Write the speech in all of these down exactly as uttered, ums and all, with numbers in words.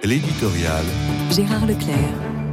L'éditorial. Gérard Leclerc.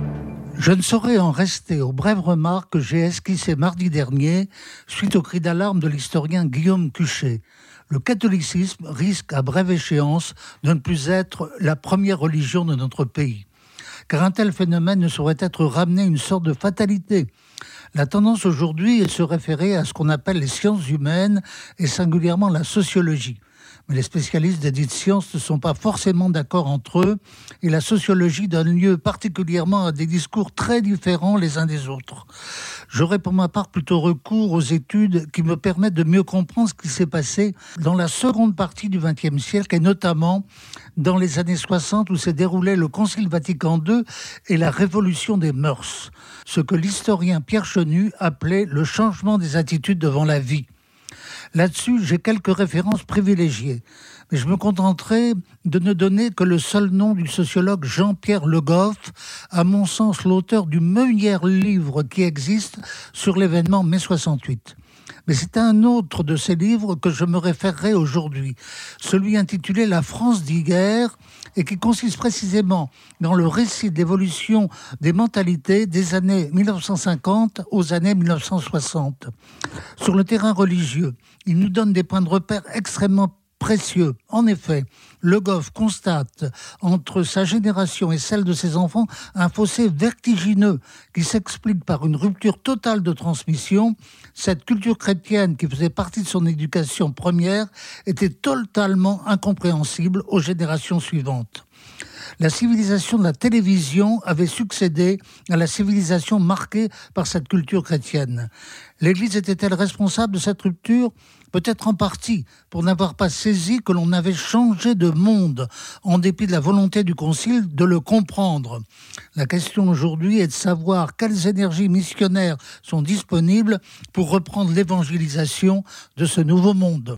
Je ne saurais en rester aux brèves remarques que j'ai esquissées mardi dernier suite au cri d'alarme de l'historien Guillaume Cuchet. Le catholicisme risque à brève échéance de ne plus être la première religion de notre pays. Car un tel phénomène ne saurait être ramené à une sorte de fatalité. La tendance aujourd'hui est de se référer à ce qu'on appelle les sciences humaines et singulièrement la sociologie. Mais les spécialistes des dites sciences ne sont pas forcément d'accord entre eux et la sociologie donne lieu particulièrement à des discours très différents les uns des autres. J'aurais pour ma part plutôt recours aux études qui me permettent de mieux comprendre ce qui s'est passé dans la seconde partie du vingtième siècle et notamment dans les années soixante où s'est déroulé le Concile Vatican deux et la révolution des mœurs, ce que l'historien Pierre Chenu appelait le changement des attitudes devant la vie. Là-dessus, j'ai quelques références privilégiées, mais je me contenterai de ne donner que le seul nom du sociologue Jean-Pierre Le Goff, à mon sens l'auteur du meilleur livre qui existe sur l'événement mai soixante-huit. Mais c'est à un autre de ces livres que je me référerai aujourd'hui, celui intitulé « La France d'hier » et qui consiste précisément dans le récit d'évolution des mentalités des années mille neuf cent cinquante aux années mille neuf cent soixante. Sur le terrain religieux, il nous donne des points de repère extrêmement précieux. En effet, Le Goff constate entre sa génération et celle de ses enfants un fossé vertigineux qui s'explique par une rupture totale de transmission. Cette culture chrétienne qui faisait partie de son éducation première était totalement incompréhensible aux générations suivantes. La civilisation de la télévision avait succédé à la civilisation marquée par cette culture chrétienne. L'Église était-elle responsable de cette rupture ? Peut-être en partie, pour n'avoir pas saisi que l'on avait changé de monde, en dépit de la volonté du Concile de le comprendre. La question aujourd'hui est de savoir quelles énergies missionnaires sont disponibles pour reprendre l'évangélisation de ce nouveau monde.